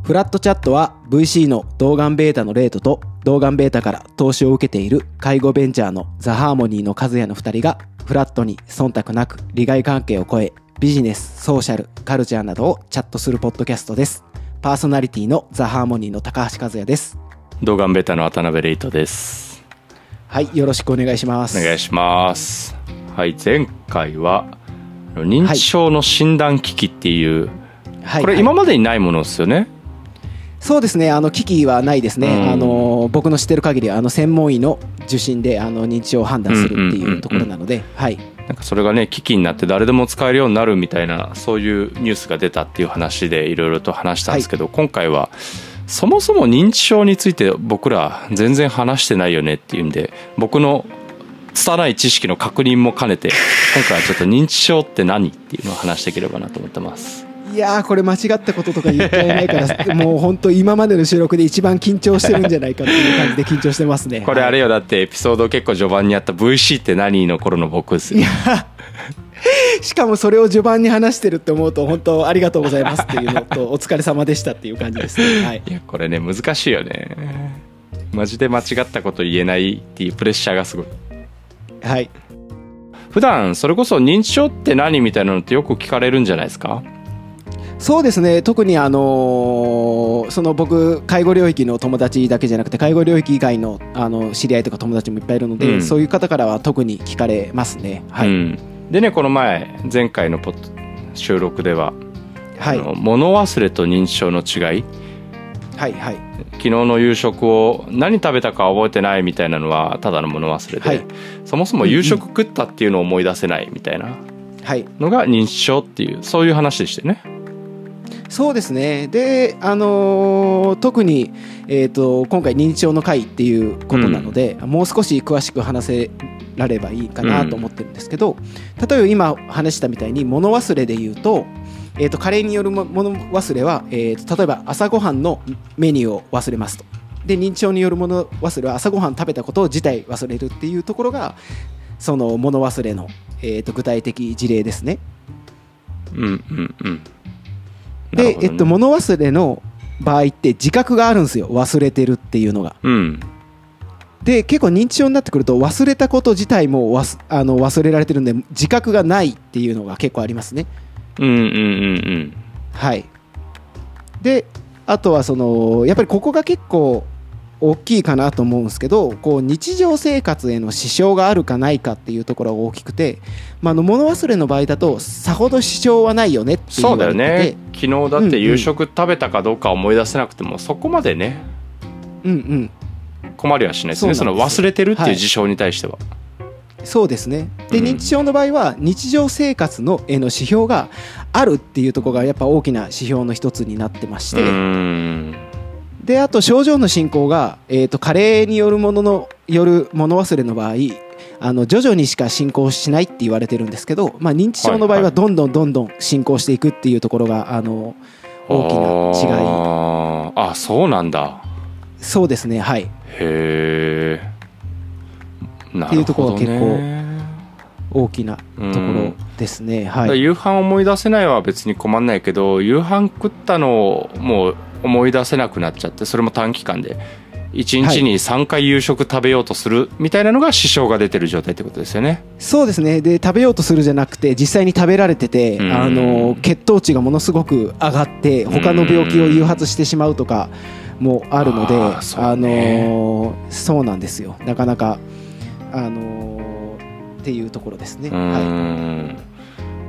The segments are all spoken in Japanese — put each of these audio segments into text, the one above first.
フラットチャットは VC のドーガンベータのレートとドーガンベータから投資を受けている介護ベンチャーのザ・ハーモニーの和也の2人がフラットに忖度なく利害関係を超えビジネス、ソーシャル、カルチャーなどをチャットするポッドキャストです。パーソナリティのザ・ハーモニーの高橋和也です。 ドーガンベータの渡辺レイトです。 はい、よろしくお願いします。 お願いします。はい、前回は認知症の診断機器っていう、これ今までにないものですよね。 そうですね、機器はないですね。僕の知ってる限り専門医の受診で認知症を判断するっていうところなので、はい。 なんかそれがね、機器になって誰でも使えるようになるみたいな、そういうニュースが出たっていう話でいろいろと話したんですけど、今回はそもそも認知症について僕ら全然話してないよねっていうんで、僕の拙い知識の確認も兼ねて今回はちょっと認知症って何っていうのを話していければなと思ってます。 いやー、これ間違ったこととか言っちゃいないからもう本当今までの収録で一番緊張してるんじゃないかっていう感じで緊張してますね。 これあれよ、だってエピソード結構序盤にあった VC って何の頃の僕ですよ。 いやしかもそれを序盤に話してるって思うと本当ありがとうございますっていうのとお疲れ様でしたっていう感じですね。はい、 いやこれね難しいよね。マジで間違ったこと言えないっていうプレッシャーがすごい。 はい。 普段それこそ認知症って何みたいなのってよく聞かれるんじゃないですか。 そうですね、特にその僕介護領域の友達だけじゃなくて介護領域以外の知り合いとか友達もいっぱいいるので、そういう方からは特に聞かれますね。はい。 でね、この前回の収録では、 はい、 物忘れと認知症の違い、 はいはい、 昨日の夕食を何食べたか覚えてないみたいなのはただの物忘れで、はい、そもそも夕食食ったっていうのを思い出せないみたいなのが認知症っていう、そういう話でしたよね。 そうですね。で、特に、今回認知症の回っていうことなので、もう少し詳しく話せらればいいかなと思ってるんですけど、例えば今話したみたいに物忘れで言うと、加齢による物忘れは、例えば朝ごはんのメニューを忘れますと。で、認知症による物忘れは朝ごはん食べたこと自体忘れるっていうところがその物忘れの、具体的事例ですね。で、物忘れの場合って自覚があるんですよ、忘れてるっていうのが。で、結構認知症になってくると忘れたこと自体も忘れられてるんで自覚がないっていうのが結構ありますね。はい。で、あとはやっぱりここが結構大きいかなと思うんですけど、こう日常生活への支障があるかないかっていうところが大きくて、物忘れの場合だとさほど支障はないよねって言われてて。そうだよね。 昨日だって夕食食べたかどうか思い出せなくても、そこまでね、困りはしないですね。その忘れてるっていう事象に対しては、 そうですね。で、認知症の場合は日常生活のへの指標があるっていうところがやっぱ大きな指標の一つになってまして、で、あと症状の進行が、加齢による物忘れの場合、徐々にしか進行しないって言われてるんですけど、認知症の場合はどんどん進行していくっていうところが大きな違い。 あ、そうなんだ。 そうですね。はい。 へー、なるほどね。っていうところが結構大きなところですね。はい。 夕飯思い出せないは別に困んないけど、夕飯食ったのをもう思い出せなくなっちゃって、それも短期間で1日に3回夕食食べようとするみたいなのが支障が出てる状態ってことですよね。 そうですね。で、食べようとするじゃなくて実際に食べられてて、血糖値がものすごく上がって他の病気を誘発してしまうとかもあるので、そうなんですよ。なかなかっていうところですね。はい、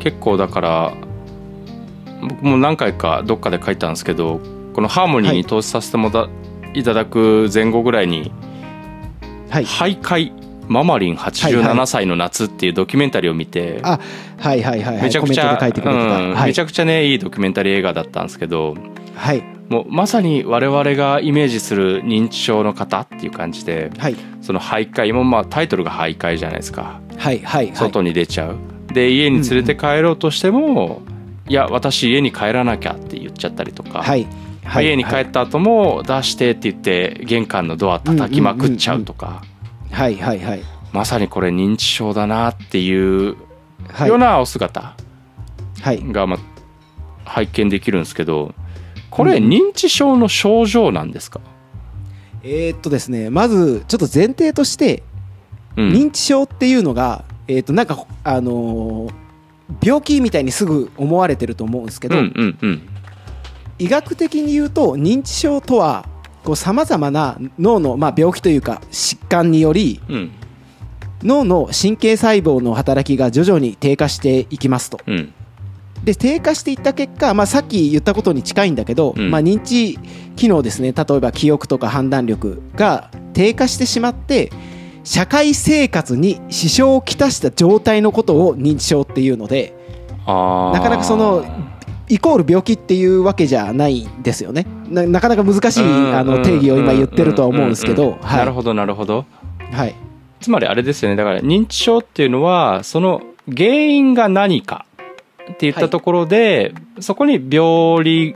結構だから僕も何回かどっかで書いたんですけど、このハーモニーに投資させていただく前後ぐらいに、徘徊ママリン87歳の夏っていうドキュメンタリーを見て、めちゃくちゃめちゃくちゃねいいドキュメンタリー映画だったんですけど、もうまさに我々がイメージする認知症の方っていう感じで、その徘徊もタイトルが徘徊じゃないですか。外に出ちゃう。で、家に連れて帰ろうとしても、いや私家に帰らなきゃって言っちゃったりとか、家に帰った後も出してって言って玄関のドア叩きまくっちゃうとか、まさにこれ認知症だなっていうようなお姿が拝見できるんですけど、 これ認知症の症状なんですか？ ですね、まずちょっと前提として、認知症っていうのが、なんか病気みたいにすぐ思われてると思うんですけど、医学的に言うと認知症とはさまざまな脳の、病気というか疾患により、脳の神経細胞の働きが徐々に低下していきますと。で低下していった結果、さっき言ったことに近いんだけど、認知機能ですね、例えば記憶とか判断力が低下してしまって社会生活に支障をきたした状態のことを認知症っていうので、なかなかそのイコール病気っていうわけじゃないんですよね。なかなか難しい定義を今言ってるとは思うんですけど、 なるほどなるほど。 はい、 つまりあれですよね、だから認知症っていうのはその原因が何かっていったところで、そこに病気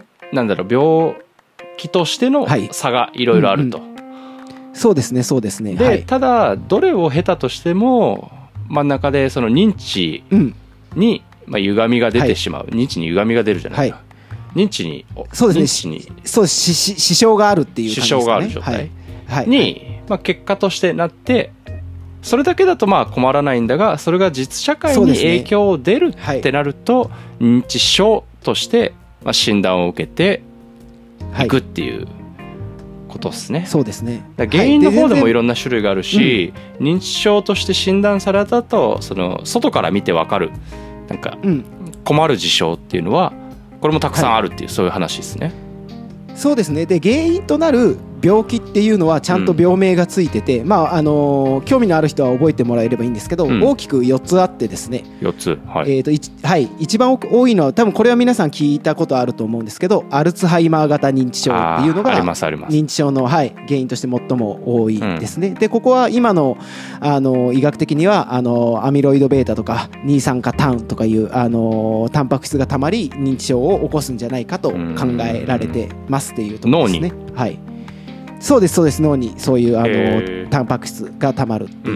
としての差がいろいろあると。 そうですねそうですね。 で、ただどれを経たとしても真ん中でその認知に歪みが出てしまう、認知に歪みが出るじゃないか、認知にそうですね、そう支障があるっていう感じですかね。支障がある状態に結果としてなって、それだけだと困らないんだが、それが実社会に影響を出るってなると、認知症として診断を受けていくっていうことですね。 そうですね。 原因の方でもいろんな種類があるし、認知症として診断されたとその外から見て分かるなんか困る事象っていうのはこれもたくさんあるっていう、そういう話ですね。 そうですね。で原因となる病気っていうのはちゃんと病名がついてて、興味のある人は覚えてもらえればいいんですけど、大きく4つあってですね、 4つ、はい、 一番多いのは多分これは皆さん聞いたことあると思うんですけど、アルツハイマー型認知症っていうのが認知症の、原因として最も多いですね。でここは今の、医学的にはアミロイド β とか二酸化炭とかいうタンパク質がたまり認知症を起こすんじゃないかと考えられてますっていうところですね。はい、そうですそうです。脳にそういうタンパク質がたまるっていう、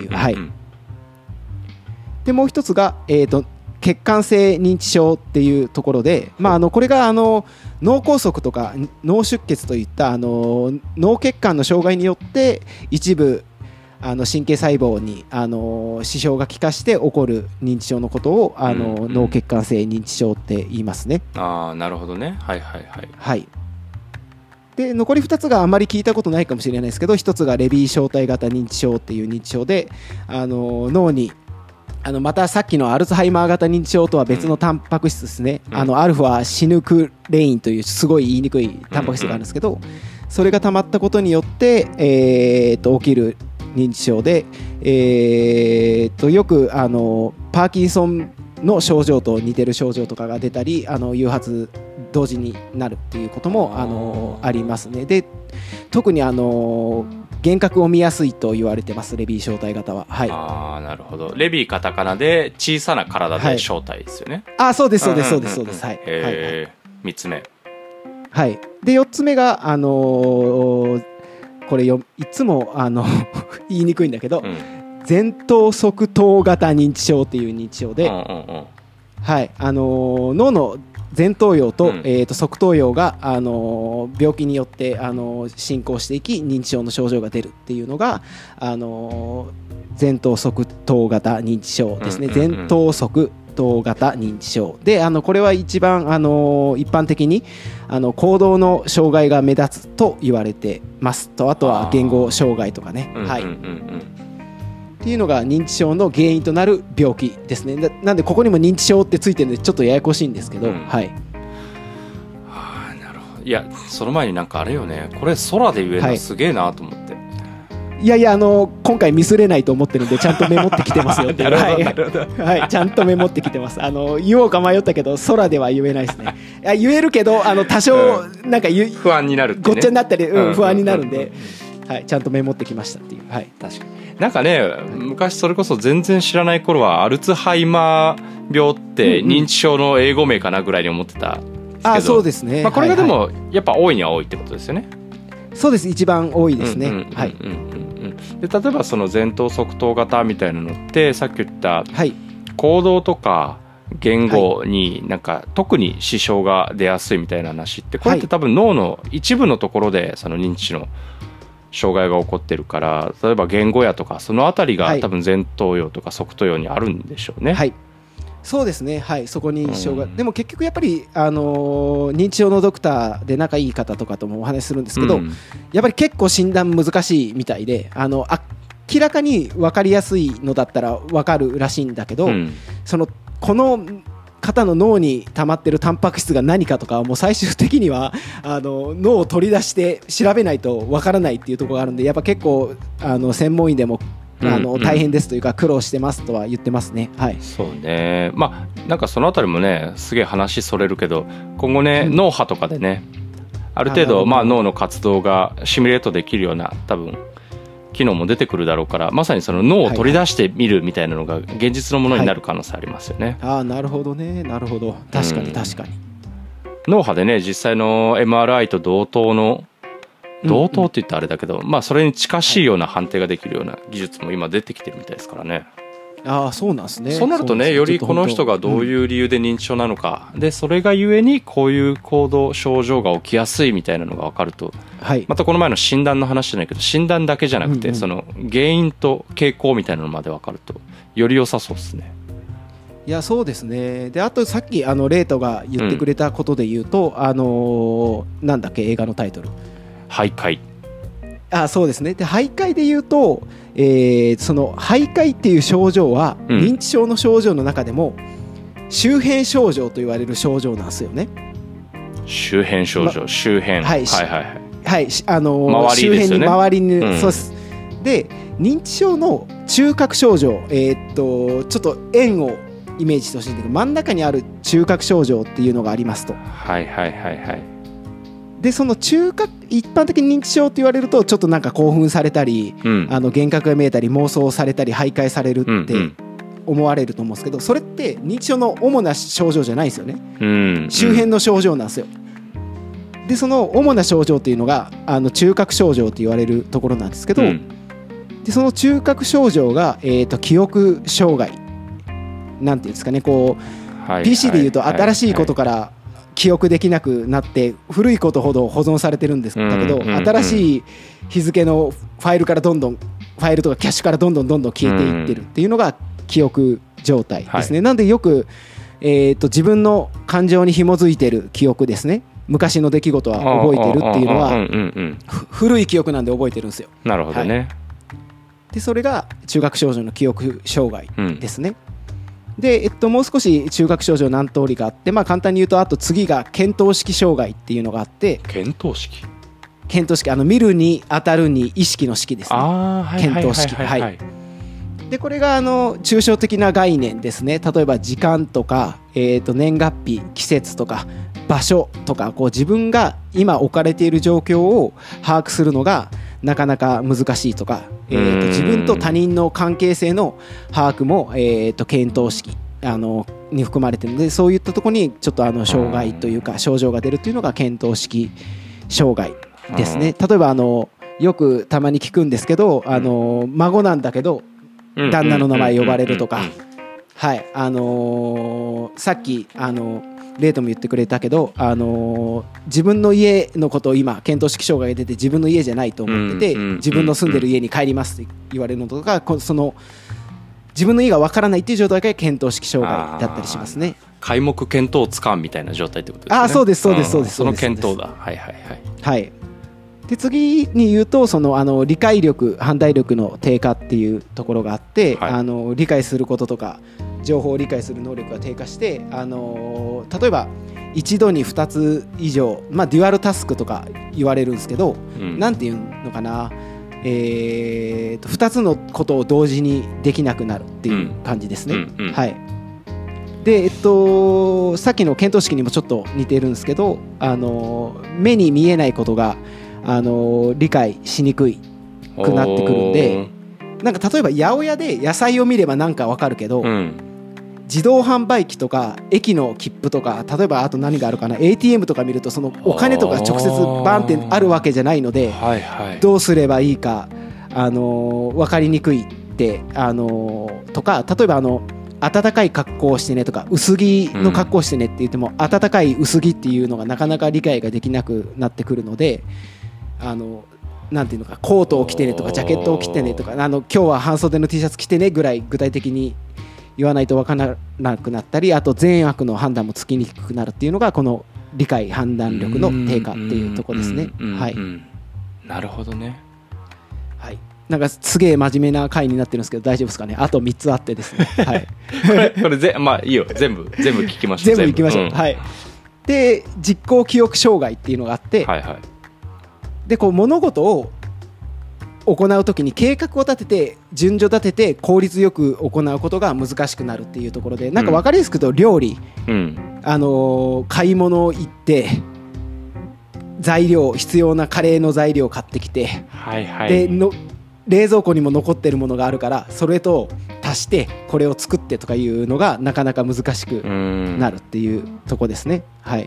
でもう一つが、血管性認知症っていうところで、これが脳梗塞とか脳出血といった脳血管の障害によって一部神経細胞に支障がきかして起こる認知症のことを脳血管性認知症って言いますね。 なるほどね。 で残り2つがあまり聞いたことないかもしれないですけど、1つがレビー小体型認知症っていう認知症で、脳にまたさっきのアルツハイマー型認知症とは別のタンパク質ですね、アルファシヌクレインというすごい言いにくいタンパク質があるんですけど、それがたまったことによって、起きる認知症で、よくパーキンソンの症状と似てる症状とかが出たり、誘発同時になるっていうこともありますね。で特に幻覚を見やすいと言われてます、レビー小体型は。 なるほど。レビーカタカナで小さな体で小体ですよね。 そうですそうですそうですそうです。 3つ目。 で4つ目がこれいつも言いにくいんだけど、前頭側頭型認知症っていう認知症で、脳の前頭葉と、側頭葉が、病気によって進行していき認知症の症状が出るっていうのが前頭側頭型認知症ですね。前頭側頭型認知症で、これは一番一般的に行動の障害が目立つと言われてますと、あとは言語障害とかね、っていうのが認知症の原因となる病気ですね。なんでここにも認知症ってついてるんでちょっとややこしいんですけど、なるほど。 いやその前になんかあれよね、これ空で言えるのすげえなと思って、 いや今回ミスれないと思ってるんでちゃんとメモってきてますよってちゃんとメモってきてます。言おうか迷ったけど空では言えないですね。言えるけど多少なんか不安になるってね、 ごっちゃになったり、不安になるんで、ちゃんとメモってきましたっていう。確かになんかね、昔それこそ全然知らない頃はアルツハイマー病って認知症の英語名かなぐらいに思ってたんですけど、 そうですね。 これがでもやっぱ多いには多いってことですよね。 そうです、一番多いですね。 で例えばその前頭側頭型みたいなのってさっき言った行動とか言語になんか特に支障が出やすいみたいな話ってこれって多分脳の一部のところでその認知の障害が起こってるから例えば言語やとかそのあたりが多分前頭葉とか側頭葉にあるんでしょうね。 はい、そうですね、はい、そこに障害、でも結局やっぱり、認知症のドクターで仲いい方とかともお話しするんですけど、やっぱり結構診断難しいみたいで明らかに分かりやすいのだったら分かるらしいんだけど、この方の脳に溜まってるタンパク質が何かとかもう最終的には脳を取り出して調べないと分からないっていうところがあるんでやっぱ結構専門医でも大変ですというか苦労してますとは言ってますね。はい、 そうね、まあなんかそのあたりもねすげえ話それるけど今後ね、脳波とかでねある程度まあ脳の活動がシミュレートできるような多分機能も出てくるだろうからまさにその脳を取り出してみるみたいなのが現実のものになる可能性ありますよね。 ああなるほどね、なるほど、確かに確かに、 脳波でね実際の MRI と同等って言ったらあれだけど、まあそれに近しいような判定ができるような技術も今出てきてるみたいですからね。 ああそうなんですね。 そうなるとねよりこの人がどういう理由で認知症なのか、でそれがゆえにこういう行動症状が起きやすいみたいなのが分かると、またこの前の診断の話じゃないけど診断だけじゃなくて、その原因と傾向みたいなのまで分かるとより良さそうですね。 いやそうですね。であとさっきレートが言ってくれたことで言うと、なんだっけ映画のタイトル徘徊。 そうですね。で徘徊で言うと、その徘徊っていう症状は、認知症の症状の中でも周辺症状と言われる症状なんですよね。 周辺症状、周辺、はいはいはい、 周りですよね。 周りに、そうです。で認知症の中核症状、ちょっと円をイメージしてほしいんだけど真ん中にある中核症状っていうのがありますと。 はいはいはいはい。 でその中核一般的に認知症と言われるとちょっとなんか興奮されたり、幻覚が見えたり妄想されたり徘徊されるって思われると思うんですけど、それって認知症の主な症状じゃないんですよね、周辺の症状なんですよ。でその主な症状っていうのが中核症状と言われるところなんですけど、でその中核症状が、記憶障害なんていうんですかね、こう、PC でいうと新しいことから記憶できなくなって古いことほど保存されてるんですけど、新しい日付のファイルからどんどんファイルとかキャッシュからどんどん消えていってるっていうのが記憶状態ですね。なんでよく、自分の感情に紐づいてる記憶ですね。昔の出来事は覚えてるっていうのは古い記憶なんで覚えてるんですよ。 なるほどね。 でそれが中核症状の記憶障害ですね。でもう少し中核症状何通りかあって、まあ、簡単に言うとあと次が見当識障害っていうのがあって、 見当識見るに当たるに意識の識ですね。見当識。でこれが抽象的な概念ですね。例えば時間とか、年月日季節とか場所とかこう自分が今置かれている状況を把握するのがなかなか難しいとか、自分と他人の関係性の把握も、見当識に含まれているので、そういったところにちょっと障害というか症状が出るというのが見当識障害ですね。例えばよくたまに聞くんですけど、孫なんだけど旦那の名前呼ばれるとか、はい、さっきレートも言ってくれたけど、自分の家のことを今見当識障害が出て自分の家じゃないと思ってて、自分の住んでる家に帰りますって言われるのとか、その自分の家がわからないっていう状態が見当識障害だったりしますね。 皆目見当つかんみたいな状態ってことですね。 そうですそうですそうです。 その見当だ。はいはいはい。 はい。で次に言うと理解力判断力の低下っていうところがあって、理解することとか情報を理解する能力が低下して、例えば一度に2つ以上、デュアルタスクとか言われるんですけど、なんていうのかな、2つのことを同時にできなくなるっていう感じですね。はい。でさっきの見当識にもちょっと似てるんですけど、目に見えないことが理解しにくくなってくるんで、なんか例えば八百屋で野菜を見ればなんかわかるけど、自動販売機とか駅の切符とか、例えばあと何があるかな、 ATM とか見るとそのお金とか直接バンってあるわけじゃないので、どうすればいいか分かりにくいってとか、例えば暖かい格好をしてねとか薄着の格好をしてねって言っても、暖かい薄着っていうのがなかなか理解ができなくなってくるので、なんていうのか、コートを着てねとかジャケットを着てねとか、今日は半袖の T シャツ着てねぐらい具体的に言わないと分からなくなったり、あと善悪の判断もつきにくくなるっていうのがこの理解判断力の低下っていうところですね。はい、 なるほどね。 はい、なんかすげえ真面目な回になってるんですけど大丈夫ですかね。あと3つあってですね、はい、 これまあいいよ、全部聞きましょう。 全部聞きましょう、はい。で実行記憶障害っていうのがあって、 はいはい、 でこう物事を行うときに計画を立てて順序立てて効率よく行うことが難しくなるっていうところで、なんか分かりやすく言うと料理、買い物行って必要なカレーの材料を買ってきて、で冷蔵庫にも残ってるものがあるからそれと足してこれを作ってとかいうのがなかなか難しくなるっていうとこですね。はい、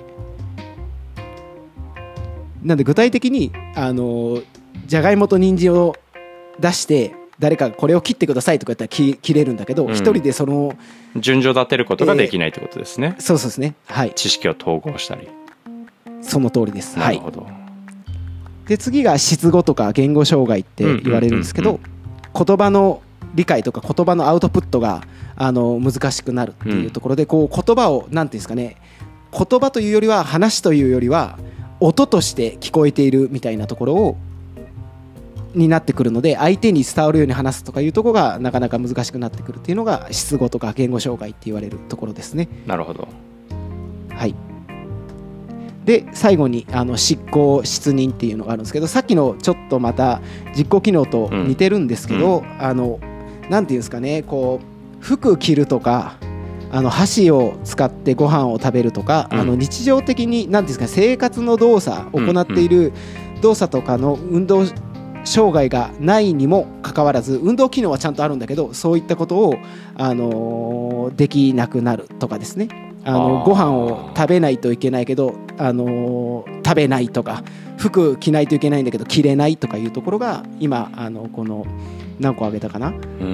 なんで具体的にじゃがいもと人参を出して誰かこれを切ってくださいとか言ったら切れるんだけど、一人でその順序立てることができないってことですね。 そうですね、はい、 知識を統合したり。 その通りです。 なるほど。はい、 で次が失語とか言語障害って言われるんですけど、言葉の理解とか言葉のアウトプットが難しくなるっていうところで、こう言葉をなんていうんですかね、言葉というよりは話というよりは音として聞こえているみたいなところになってくるので、相手に伝わるように話すとかいうところがなかなか難しくなってくるっていうのが失語とか言語障害って言われるところですね。 なるほど。 はい。で最後に執行失認っていうのがあるんですけど、さっきのちょっとまた実行機能と似てるんですけど、なんていうんですかね、こう服着るとか箸を使ってご飯を食べるとか、日常的になんていうんですか、生活の動作行っている動作とかの運動障害がないにもかかわらず運動機能はちゃんとあるんだけど、そういったことをできなくなるとかですね。ご飯を食べないといけないけど食べないとか、服着ないといけないんだけど着れないとかいうところが今この何個挙げたかな、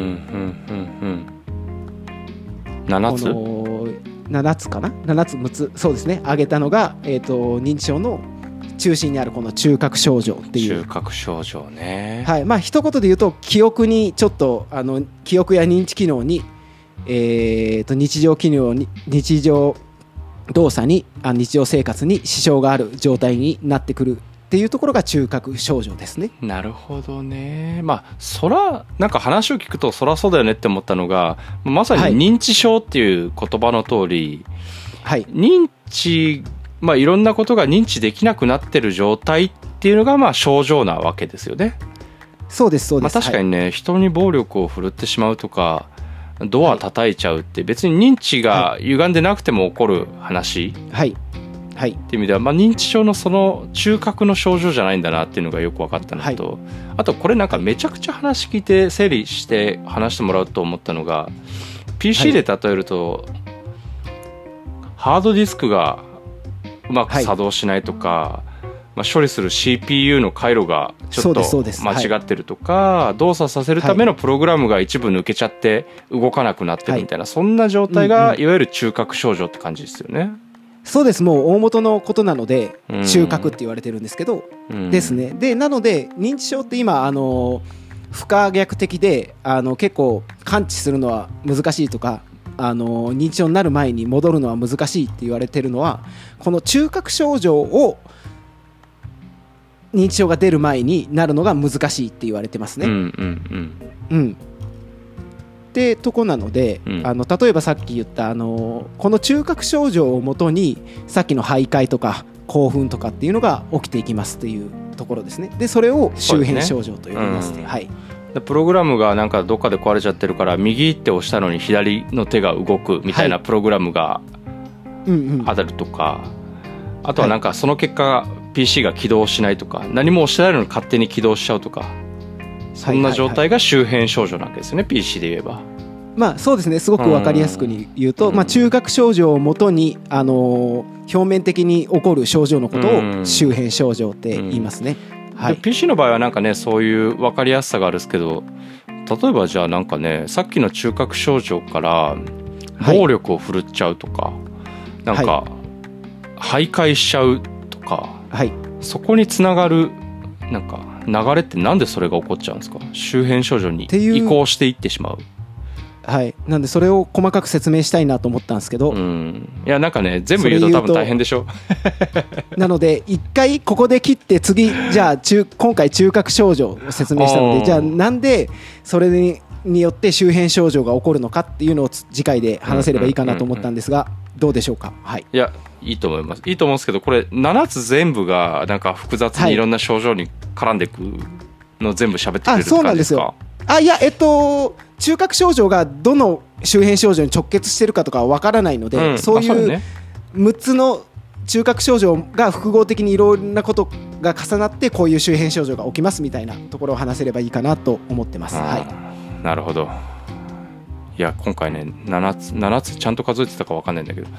7つ 7つかな、7つ6つ、そうですね、挙げたのが、認知症の中心にあるこの中核症状っていう。 中核症状ね。 はい、まあ一言で言うと記憶にちょっと記憶や認知機能に日常機能に、日常動作に日常生活に支障がある状態になってくるっていうところが中核症状ですね。 なるほどね。まあなんか話を聞くとそらそうだよねって思ったのが、まさに認知症っていう言葉の通り、はい、認知、いろんなことが認知できなくなってる状態っていうのが症状なわけですよね。 そうですそうです。 確かにね、人に暴力を振るってしまうとかドア叩いちゃうって別に認知が歪んでなくても起こる話、はいはい、っていう意味では、認知症のその中核の症状じゃないんだなっていうのがよく分かったのと、はい、あとこれなんかめちゃくちゃ話聞いて整理して話してもらうと思ったのが PC で例えると、はい、ハードディスクがうまく作動しないとか、処理する CPU の回路がちょっと間違ってるとか、動作させるためのプログラムが一部抜けちゃって動かなくなってるみたいな、そんな状態がいわゆる中核症状って感じですよね。 そうです。もう大元のことなので中核って言われてるんですけど、ですね。でなので認知症って今不可逆的で結構感知するのは難しいとか認知症になる前に戻るのは難しいって言われてるのは、この中核症状を認知症が出る前になるのが難しいって言われてますね。ってとこなので、例えばさっき言ったこの中核症状をもとにさっきの徘徊とか興奮とかっていうのが起きていきますっていうところですね。でそれを周辺症状と呼びますね。はい。 プログラムがなんかどっかで壊れちゃってるから右って押したのに左の手が動くみたいなプログラムがあるとか、あとはなんかその結果 PC が起動しないとか、何も押してないのに勝手に起動しちゃうとか、そんな状態が周辺症状なわけですよね、PC で言えば。 そうですね。すごく分かりやすく言うと、中核症状をもとに表面的に起こる症状のことを周辺症状って言いますね。はい、 PC の場合はなんかね、そういう分かりやすさがあるんですけど、例えばじゃあなんかね、さっきの中核症状から暴力を振るっちゃうとか、なんか徘徊しちゃうとか、そこにつながるなんか流れって、なんでそれが起こっちゃうんですか？周辺症状に移行していってしまう。 なんでそれを細かく説明したいなと思ったんですけど、 いやなんかね、全部言うと多分大変でしょなので一回ここで切って、次じゃあ今回中核症状を説明したので、じゃあなんでそれによって周辺症状が起こるのかっていうのを次回で話せればいいかなと思ったんですが、どうでしょうか？ いや、いいと思います。いいと思うんですけど、これ7つ全部がなんか複雑にいろんな症状に絡んでいくのを全部喋ってくれるって感じですか？ いや、中核症状がどの周辺症状に直結してるかとかは分からないので、そういう6つの中核症状が複合的にいろんなことが重なってこういう周辺症状が起きますみたいなところを話せればいいかなと思ってます。 なるほど。いや今回ね、7つちゃんと数えてたか分かんないんだけど、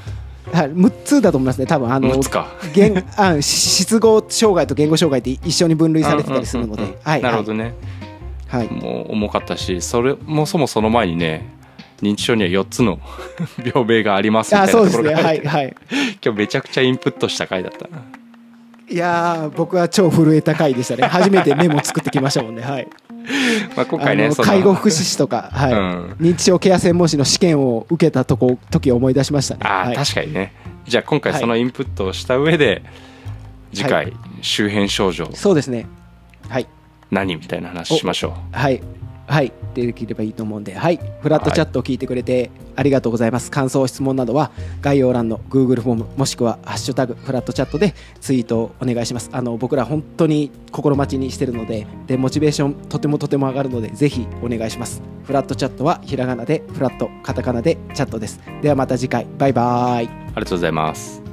6つだと思いますね。多分 6つか失語障害と言語障害って一緒に分類されてたりするので。 なるほどね。もう重かったし、それもその前にね、認知症には4つの病名がありますみたいなところが入って、今日めちゃくちゃインプットした回だったな。 いや僕は超震えた回でしたね。初めてメモ作ってきましたもんね。 今回ね、 介護福祉士とか、認知症ケア専門士の試験を受けた時を思い出しましたね。 確かにね。じゃあ今回そのインプットをした上で、次回周辺症状、 そうですね、 何みたいな話しましょう。 できればいいと思うんで、フラットチャットを聞いてくれてありがとうございます。感想質問などは概要欄の Google フォームもしくはハッシュタグフラットチャットでツイートをお願いします。僕ら本当に心待ちにしてるので、モチベーションとても上がるので、ぜひお願いします。フラットチャットはひらがなでフラット、カタカナでチャットです。ではまた次回、バイバイ。 ありがとうございます。